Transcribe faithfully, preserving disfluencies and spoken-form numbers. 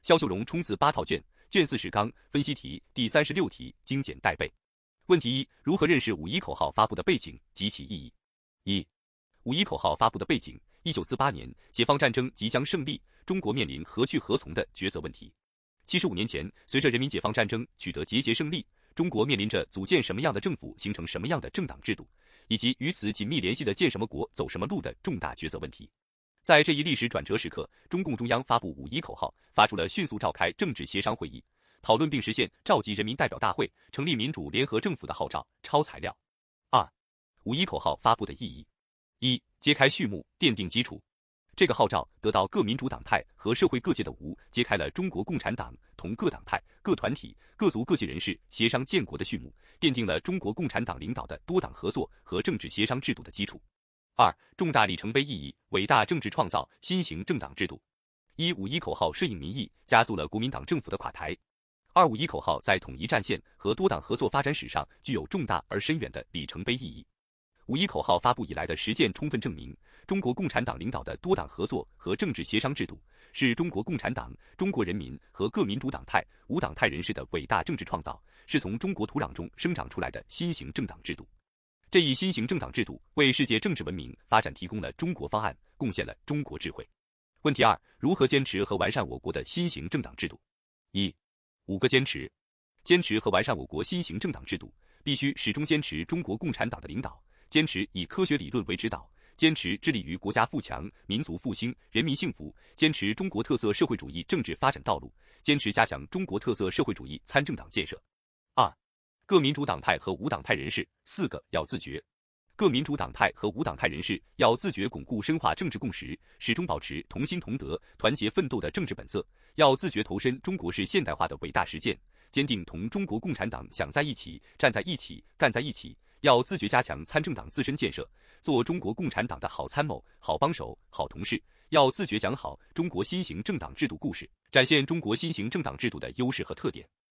肖秀荣冲刺八套卷，卷四十纲分析题第三十六题精简带背。问题一：如何认识五一口号发布的背景及其意义？一、五一口号发布的背景：一九四八年，解放战争即将胜利，中国面临何去何从的抉择问题。七十五年前，随着人民解放战争取得节节胜利，中国面临着组建什么样的政府、形成什么样的政党制度，以及与此紧密联系的建什么国、走什么路的重大抉择问题。在这一历史转折时刻，中共中央发布五一口号，发出了迅速召开政治协商会议，讨论并实现召集人民代表大会，成立民主联合政府的号召抄材料。二、五一口号发布的意义：一、揭开序幕，奠定基础。这个号召得到各民主党派和社会各界的无，揭开了中国共产党同各党派、各团体、各族各界人士协商建国的序幕，奠定了中国共产党领导的多党合作和政治协商制度的基础。二、重大里程碑意义，伟大政治创造，新型政党制度。一、五一口号顺应民意，加速了国民党政府的垮台。二、五一口号在统一战线和多党合作发展史上具有重大而深远的里程碑意义。五一口号发布以来的实践充分证明，中国共产党领导的多党合作和政治协商制度是中国共产党、中国人民和各民主党派、无党派人士的伟大政治创造，是从中国土壤中生长出来的新型政党制度。这一新型政党制度为世界政治文明发展提供了中国方案，贡献了中国智慧。问题二：如何坚持和完善我国的新型政党制度？一、五个坚持。坚持和完善我国新型政党制度，必须始终坚持中国共产党的领导，坚持以科学理论为指导，坚持致力于国家富强、民族复兴、人民幸福，坚持中国特色社会主义政治发展道路，坚持加强中国特色社会主义参政党建设。二、各民主党派和无党派人士，四个要自觉。各民主党派和无党派人士要自觉巩固深化政治共识，始终保持同心同德、团结奋斗的政治本色，要自觉投身中国式现代化的伟大实践，坚定同中国共产党想在一起、站在一起、干在一起，要自觉加强参政党自身建设，做中国共产党的好参谋、好帮手、好同事，要自觉讲好中国新型政党制度故事，展现中国新型政党制度的优势和特点。